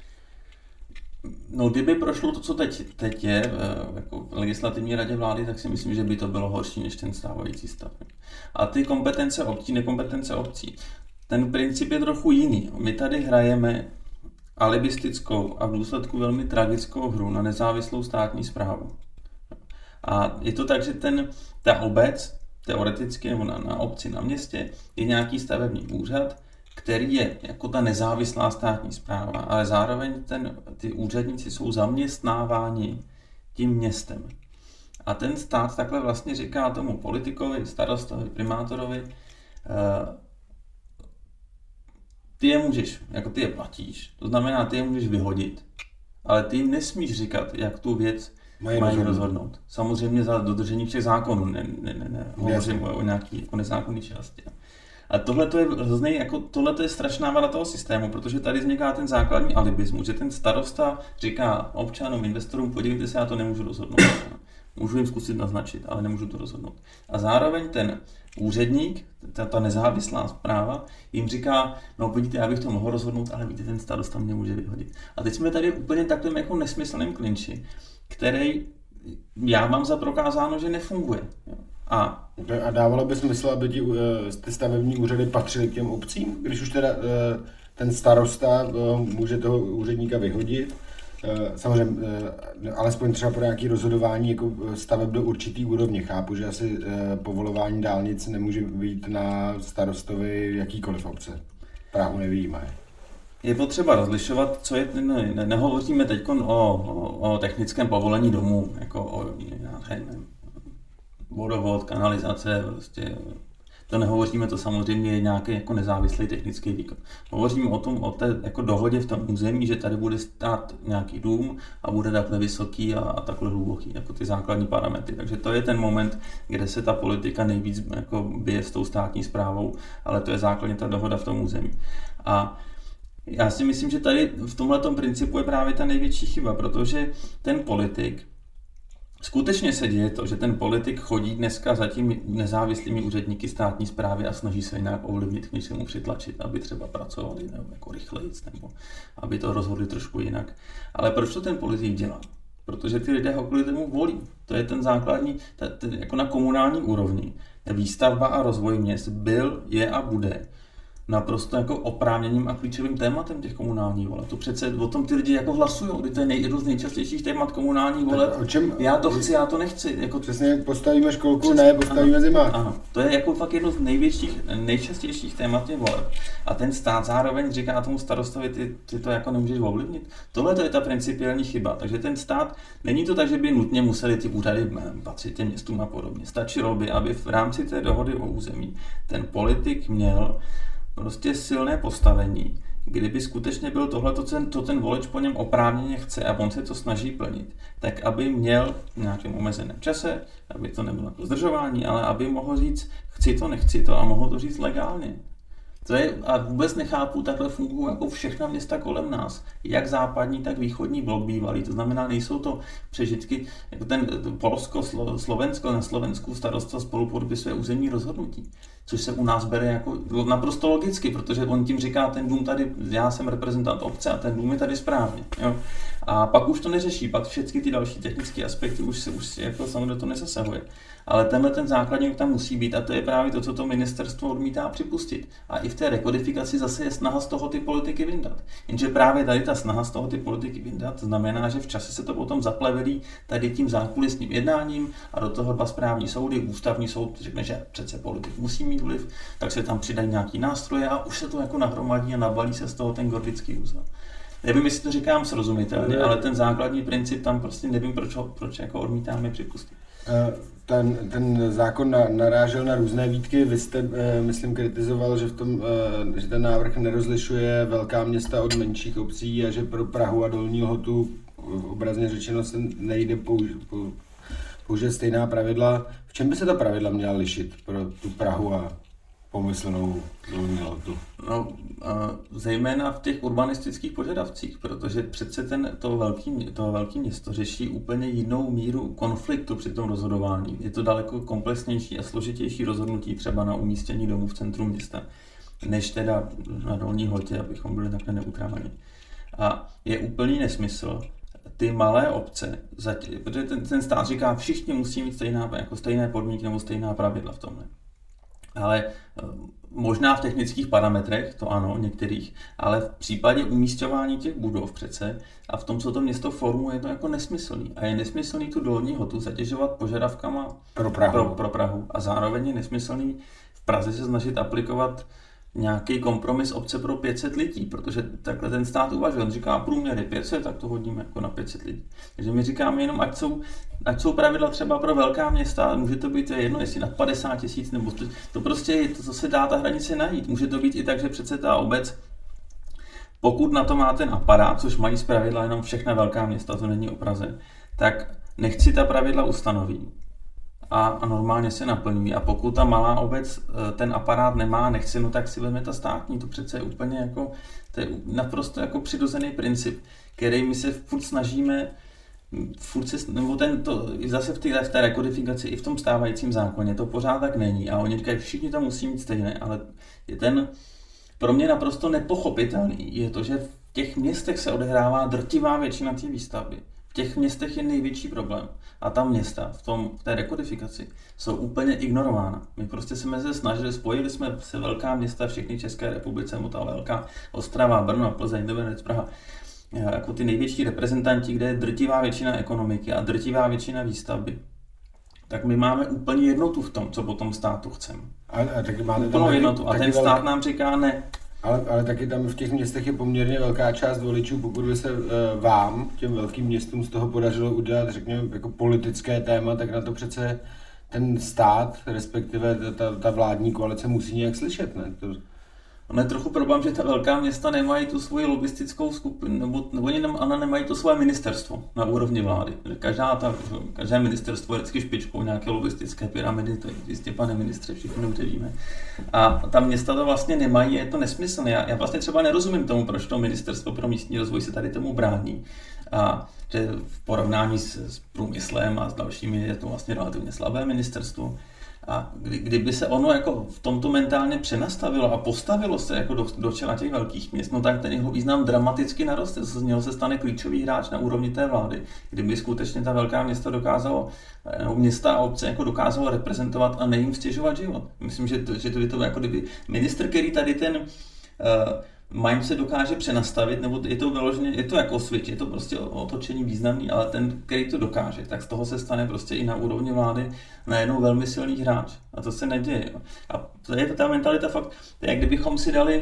No, kdyby prošlo to, co teď je jako v legislativní radě vlády, tak si myslím, že by to bylo horší než ten stávající stav. A ty kompetence obcí, nekompetence obcí, ten princip je trochu jiný. My tady hrajeme alibistickou a v důsledku velmi tragickou hru na nezávislou státní správu. A je to tak, že ta obec, teoreticky nebo na obci, na městě, je nějaký stavební úřad, který je jako ta nezávislá státní správa, ale zároveň ty úředníci jsou zaměstnáváni tím městem. A ten stát takhle vlastně říká tomu politikovi, starostovi, primátorovi, ty je platíš, to znamená, ty je můžeš vyhodit, ale ty jim nesmíš říkat, jak tu věc mají rozhodnout. Samozřejmě za dodržení všech zákonů, hovořím o nějaký jako nezákonný části. A tohle je strašná vada toho systému, protože tady vzniká ten základní alibismus, že ten starosta říká občanům, investorům, podívejte se, já to nemůžu rozhodnout. Můžu jim zkusit naznačit, ale nemůžu to rozhodnout. A zároveň ten úředník, ta nezávislá správa, jim říká, no vidíte, já bych to mohl rozhodnout, ale víte, ten starosta mě může vyhodit. A teď jsme tady úplně takovým jako nesmyslným klinči, který já mám za prokázáno, že nefunguje. A dávalo by smysl, aby ty stavební úřady patřily k těm obcím, když už teda ten starosta může toho úředníka vyhodit, samozřejmě alespoň třeba pro nějaké rozhodování jako staveb do určitý úrovně. Chápu, že asi povolování dálnic nemůže být na starostovi jakýkoliv obce. Prahu nevyjímaje. Je potřeba rozlišovat, co je, nehovoříme teď o technickém povolení domů, jako o vodovod, kanalizace, prostě to nehovoříme, to samozřejmě je nějaký jako nezávislý technický výkon. Hovoříme o té jako dohodě v tom území, že tady bude stát nějaký dům a bude takhle vysoký a takhle hluboký, jako ty základní parametry. Takže to je ten moment, kde se ta politika nejvíc jako bije s tou státní správou, ale to je základně ta dohoda v tom území. A já si myslím, že tady v tomhletom principu je právě ta největší chyba, protože ten politik, skutečně se děje to, že ten politik chodí dneska za těmi nezávislými úředníky státní správy a snaží se jinak ovlivnit, k něčemu přitlačit, aby třeba pracovali nebo jako rychlejc, nebo aby to rozhodli trošku jinak. Ale proč to ten politik dělá? Protože ty lidé ho kvůli tomu volí. To je ten základní, jako na komunální úrovni. Výstavba a rozvoj měst byl, je a bude naprosto jako oprávněným a klíčovým tématem těch komunálních voleb. To přece o tom ty lidi jako hlasují, to je jedno z nejčastějších témat komunálních voleb. Já to chci, já to nechci. Jako přesně postavíme školku, postavíme zimák. Ano, to je jako fakt jedno z nejčastějších témat těch voleb. A ten stát zároveň říká tomu starostovi, ty to jako nemůžeš ovlivnit. Tohle to je ta principiální chyba. Takže ten stát, není to tak, že by nutně museli ty úřady patřit těm městům a podobně. Stačilo by, aby v rámci té dohody o území ten politik měl prostě silné postavení, kdyby skutečně byl tohle, to ten volič po něm oprávněně chce a on se to snaží plnit, tak aby měl v nějakém omezeném čase, aby to nebylo jako zdržování, ale aby mohl říct, chci to, nechci to a mohl to říct legálně. To je, a vůbec nechápu, takhle fungují jako všechna města kolem nás. Jak západní, tak východní blok bývalý. To znamená, nejsou to přežitky, jako ten Polsko, Slovensko, na Slovensku starosta spolupodepisuje územní rozhodnutí. Což se u nás bere jako naprosto logicky, protože on tím říká, ten dům tady, já jsem reprezentant obce a ten dům je tady správně. Jo? A pak už to neřeší, pak všechny ty další technické aspekty už jako samozřejmě to nesasahuje. Ale tenhle ten základník tam musí být a to je právě to, co to ministerstvo odmítá připustit. A i v té rekodifikaci zase je snaha z toho ty politiky vyndat. Jenže právě tady ta snaha z toho ty politiky vyndat znamená, že v čase se to potom zaplevelí tady tím zákulisním jednáním a do toho dva správní soudy, ústavní soud řekne, že přece politik musí mít vliv, tak se tam přidají nějaký nástroje a už se to jako nahromadí a nabalí se z toho ten gordický úzel. Nevím, jestli to říkám srozumitelně, ale ten základní princip tam prostě nevím, proč jako odmítáme připustit. Ten zákon narážel na různé výtky. Vy jste, myslím, kritizoval, že ten návrh nerozlišuje velká města od menších obcí a že pro Prahu a Dolní Lhotu obrazně řečeno se nejde použít stejná pravidla. V čem by se ta pravidla měla lišit pro tu Prahu a pomyslnou Dolní Lhotu? No, zejména v těch urbanistických požadavcích, protože přece to velké město řeší úplně jinou míru konfliktu při tom rozhodování. Je to daleko komplexnější a složitější rozhodnutí třeba na umístění domů v centru města, než teda na Dolní Lhotě, abychom byli takhle neutrální. A je úplný nesmysl ty malé obce, protože ten stát říká, všichni musí mít stejné podmínky nebo stejná pravidla v tomhle. Ale možná v technických parametrech, to ano, některých, ale v případě umísťování těch budov přece a v tom, co to město formuje, je to jako nesmyslný. A je nesmyslný tu Dolní Lhotu zatěžovat požadavkama pro Prahu. A zároveň je nesmyslný v Praze se snažit aplikovat nějaký kompromis obce pro 500 lidí, protože takhle ten stát uvažuje. On říká, průměr je 500, tak to hodíme jako na 500 lidí. Takže my říkáme jenom, ať jsou pravidla třeba pro velká města, může to být jedno, jestli nad 50 000, nebo to prostě je to, co se dá ta hranice najít. Může to být i tak, že přece ta obec, pokud na to má ten aparát, což mají zpravidla jenom všechna velká města, to není o Praze, tak nechť si ta pravidla ustanoví. A normálně se naplňují. A pokud ta malá obec ten aparát nemá, nechce, no tak si vezme ta státní. To přece je úplně jako, to je naprosto jako přirozený princip, který my se furt snažíme zase v té rekodifikaci i v tom stávajícím zákoně to pořád tak není a oni říkají, všichni to musí mít stejné, ale je pro mě naprosto nepochopitelný je to, že v těch městech se odehrává drtivá většina té výstavby. V těch městech je největší problém a ta města v té rekodifikaci jsou úplně ignorována. My prostě jsme se snažili, spojili jsme se velká města, všechny České republice, ta velká Ostrava, Brno, Plzeň, Liberec, Praha, jako ty největší reprezentanti, kde je drtivá většina ekonomiky a drtivá většina výstavby. Tak my máme úplně jednotu v tom, co po tom státu chceme. Úplnou jednotu. A ten stát nám říká ne. Ale taky tam v těch městech je poměrně velká část voličů, pokud by se vám, těm velkým městům, z toho podařilo udělat, řekněme, jako politické téma, tak na to přece ten stát, respektive ta vládní koalice musí nějak slyšet, ne? Ono je trochu problém, že ta velká města nemají tu svoji lobbystickou skupinu, nebo oni nemají to svoje ministerstvo na úrovni vlády. Každé ministerstvo je vždycky špičkou nějaké lobbystické pyramidy, to jistě, pane ministře, všichni dobře víme. A ta města to vlastně nemají, je to nesmyslné. Já vlastně třeba nerozumím tomu, proč to ministerstvo pro místní rozvoj se tady tomu brání. A že v porovnání s průmyslem a s dalšími je to vlastně relativně slabé ministerstvo. A kdyby se ono jako v tomto mentálně přenastavilo a postavilo se jako do čela těch velkých měst, no tak ten jeho význam dramaticky naroste. Z něho se stane klíčový hráč na úrovni té vlády. Kdyby skutečně ta velká města dokázalo, nebo města a obce jako dokázalo reprezentovat a nejim stěžovat život. Myslím, že to by to jako kdyby ministr, který tady ten mindset dokáže přenastavit, nebo je to vyloženě, je to jako switch, je to prostě otočení významný, ale ten, který to dokáže, tak z toho se stane prostě i na úrovni vlády najednou velmi silný hráč. A to se neděje. A to je ta mentalita fakt, to je, jak kdybychom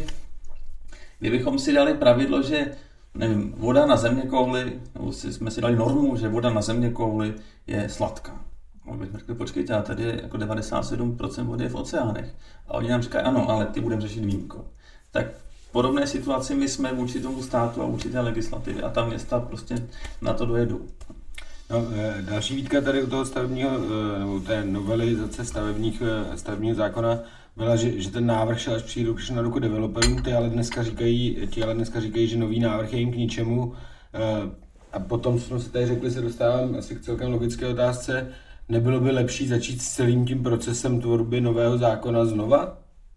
si dali pravidlo, že nevím, voda na zeměkouli, nebo jsme si dali normu, že voda na zeměkouli je sladká. Bychom řekli, počkejte, a tady je jako 97% vody je v oceánech. A oni nám říkají, ano, ale ty budeme řešit výjimkou. Tak v podobné situaci my jsme vůči tomu státu a vůči té legislativě a ta města prostě na to dojedou. No, další výtka tady u toho stavebního, nebo té novelizace stavebního zákona byla, že ten návrh šel až příliš na ruku developerům, ti ale dneska říkají, že nový návrh je jim k ničemu. A potom, co jsme si tady řekli, se dostávám asi k celkem logické otázce, nebylo by lepší začít s celým tím procesem tvorby nového zákona znova?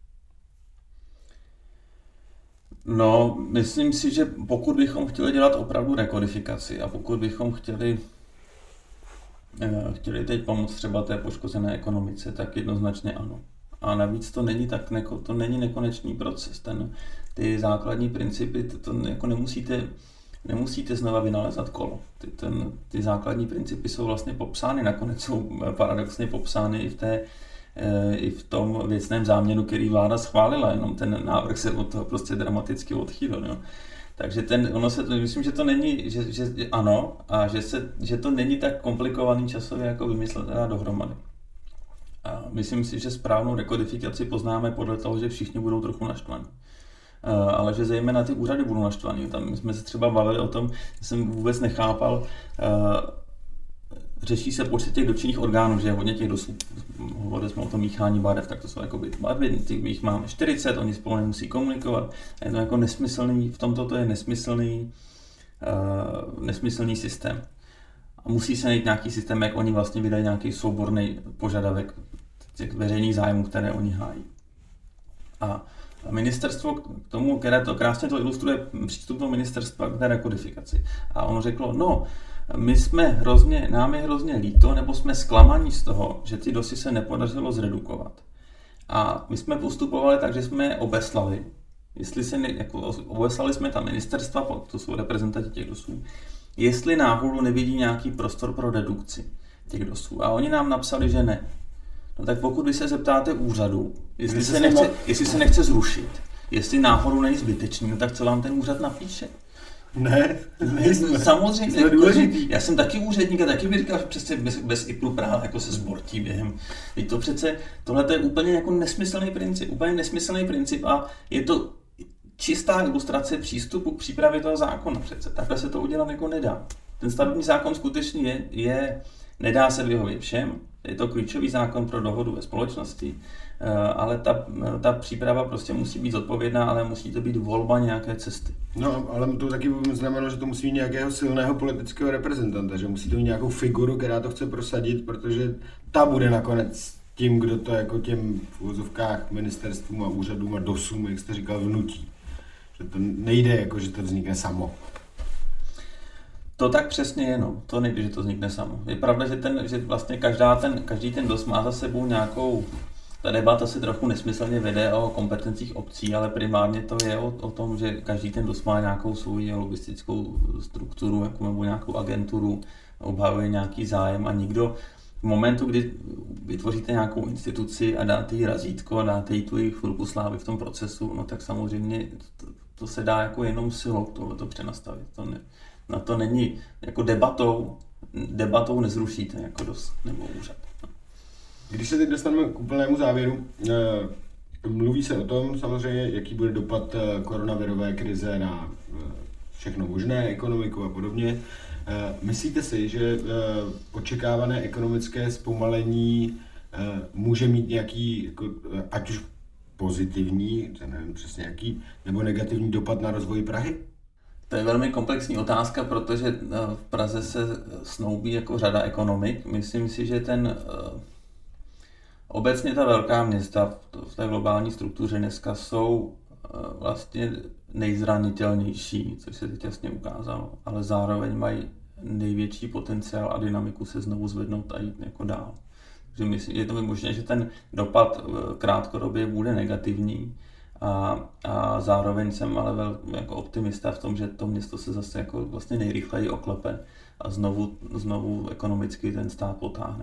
No, myslím si, že pokud bychom chtěli dělat opravdu rekodifikaci a pokud bychom chtěli teď pomoct třeba té poškozené ekonomice, tak jednoznačně ano. A navíc to není nekonečný proces. Ty základní principy, to jako nemusíte znova vynalezat kolo. Ty základní principy jsou vlastně popsány, nakonec jsou paradoxně popsány i v tom věcném záměru, který vláda schválila, jenom ten návrh se od toho prostě dramaticky odchýlil. Jo. Takže myslím, že to není, že ano, a že to není tak komplikovaný časově jako vymyslet dohromady. A myslím si, že správnou rekodifikaci poznáme podle toho, že všichni budou trochu naštvaní. Ale že zejména ty úřady budou naštvaní. Tam jsme se třeba bavili o tom, že jsem vůbec nechápal, řeší se počet těch dotčených orgánů, že je hodně těch dosud. Hovorili jsme o tom míchání barev, tak to jsou jakoby barvy, jich máme 40, oni spolu nemusí komunikovat. A je to jako nesmyslný, v tomto to je nesmyslný systém. A musí se najít nějaký systém, jak oni vlastně vydají nějaký souborný požadavek těch veřejných zájmů, které oni hájí. A ministerstvo k tomu, které to krásně to ilustruje přístup do ministerstva k té rekodifikaci. A ono řeklo, nám je hrozně líto, nebo jsme zklamaní z toho, že ty DOSy se nepodařilo zredukovat. A my jsme postupovali tak, že jsme je obeslali. Obeslali jsme ta ministerstva, to jsou reprezentanti těch DOSů, jestli náhodou nevidí nějaký prostor pro redukci těch DOSů. A oni nám napsali, že ne. No tak pokud vy se zeptáte úřadu, jestli se nechce zrušit, jestli náhodou není zbytečný, no tak co vám ten úřad napíše? Ne, samozřejmě. Já jsem taky úředník a taky bych říkal, že přece bez IPRu Praha jako se zbortí během. Tohle je úplně jako nesmyslný princip a je to čistá ilustrace přístupu k přípravě toho zákona přece. Takhle se to udělat jako nedá. Ten stavební zákon skutečně je Nedá se vyhovět všem, je to klíčový zákon pro dohodu ve společnosti, ale ta příprava prostě musí být zodpovědná, ale musí to být volba nějaké cesty. No, ale to taky znamená, že to musí mít nějakého silného politického reprezentanta, že musí to mít nějakou figuru, která to chce prosadit, protože ta bude nakonec tím, kdo to jako těm v uvozovkách ministerstvům a úřadům a dosům, jak jste říkal, vnutí. Že to nejde jako, že to vznikne samo. To tak přesně je, no. To nejde, že to vznikne samo. Je pravda, že vlastně každý ten DOS má za sebou nějakou. Ta debata se trochu nesmyslně vede o kompetencích obcí, ale primárně to je o tom, že každý ten DOS má nějakou svou logistickou strukturu jako nebo nějakou agenturu, obhajuje nějaký zájem a nikdo v momentu, kdy vytvoříte nějakou instituci a dáte jí razítko a dáte jí tu jejich chvilku slávy v tom procesu, no tak samozřejmě to se dá jako jenom silou tohleto přenastavit. Na to není jako debatou nezrušíte jako DOS nebo úřad. Když se teď dostaneme k úplnému závěru, mluví se o tom samozřejmě, jaký bude dopad koronavirové krize na všechno možné, ekonomiku a podobně. Myslíte si, že očekávané ekonomické zpomalení může mít nějaký, jako, ať už pozitivní, nevím přesně jaký, nebo negativní dopad na rozvoj Prahy? To je velmi komplexní otázka, protože v Praze se snoubí jako řada ekonomik. Myslím si, že obecně ta velká města v té globální struktuře dneska jsou vlastně nejzranitelnější, což se teď jasně ukázalo, ale zároveň mají největší potenciál a dynamiku se znovu zvednout a jít jako dál. Takže myslím, je to možné, že ten dopad krátkodobě bude negativní a zároveň jsem ale jako optimista v tom, že to město se zase jako vlastně nejrychleji oklepe a znovu ekonomicky ten stát potáhne.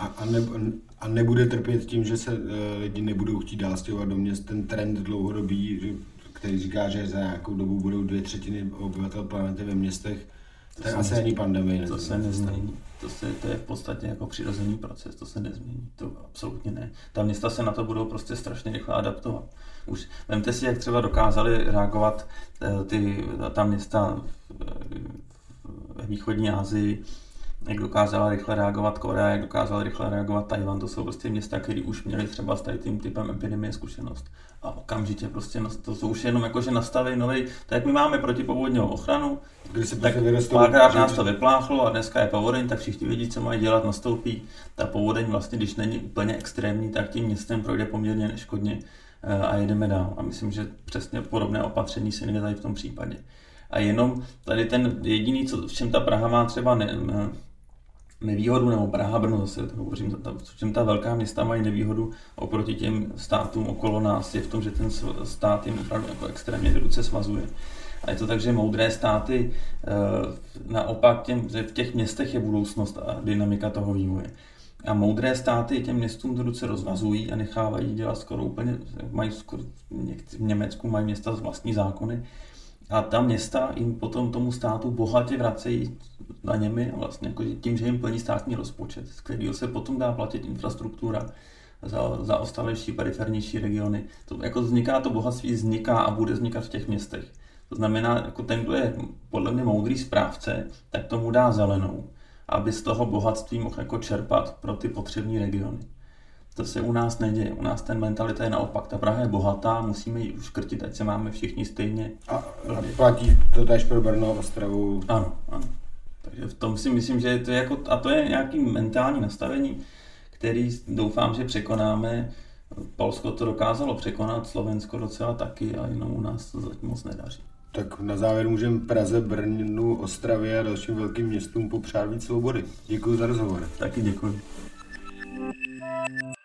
A nebude trpět tím, že se lidi nebudou chtít dál stěhovat do měst, ten trend dlouhodobý, který říká, že za nějakou dobu budou 2/3 obyvatel planety ve městech, to je asi ani pandemie. To se nezmění. To je v podstatě jako přirozený proces, to se nezmění, to absolutně ne. Ta města se na to budou prostě strašně rychle adaptovat. Už vemte si, jak třeba dokázali reagovat ta města ve východní Asii, jak dokázala rychle reagovat Korea, jak dokázala rychle reagovat Tajvan, to jsou prostě města, které už měly třeba s tím typem epidemie zkušenost. A okamžitě prostě to už jenom jako, že nastaví nový, tak jak my máme protipovodňovou ochranu, tak párkrát nás to vypláchlo a dneska je povodeň, tak všichni vědí, co mají dělat, nastoupí. Ta povodeň vlastně, když není úplně extrémní, tak tím městem projde poměrně neškodně a jedeme dál. A myslím, že přesně podobné opatření se nejde tady v tom případě. A jenom tady ten jediný, v čem ta Praha má třeba nevýhodu, nebo Praha, Brno, zase to hovořím, v čem ta velká města mají nevýhodu oproti těm státům okolo nás, je v tom, že ten stát jim opravdu jako extrémně ruce svazuje. A je to tak, že moudré státy naopak že v těch městech je budoucnost a dynamika toho vývoje. A moudré státy těm městům to ruce rozvazují a nechávají dělat skoro úplně, v Německu mají města vlastní zákony, a ta města jim potom tomu státu bohatě vracejí daněmi, vlastně jako tím, že jim plní státní rozpočet, z kterého se potom dá platit infrastruktura za ostalejší, perifernější regiony. To bohatství vzniká a bude vznikat v těch městech. To znamená, jako ten, kdo je podle mě moudrý správce, tak tomu dá zelenou, aby z toho bohatství mohl jako čerpat pro ty potřební regiony. To se u nás neděje. U nás ten mentalita je naopak. Ta Praha je bohatá, musíme ji uškrtit, ať se máme všichni stejně. A platí to též pro Brno, Ostravu? Ano. Takže v tom si myslím, že to je jako, a to je nějaký mentální nastavení, který doufám, že překonáme. Polsko to dokázalo překonat, Slovensko docela taky, a jenom u nás to zatím moc nedaří. Tak na závěr můžeme Praze, Brnu, Ostravě a dalším velkým městům popřát víc svobody. Děkuji za rozhovor. Taky děkuji.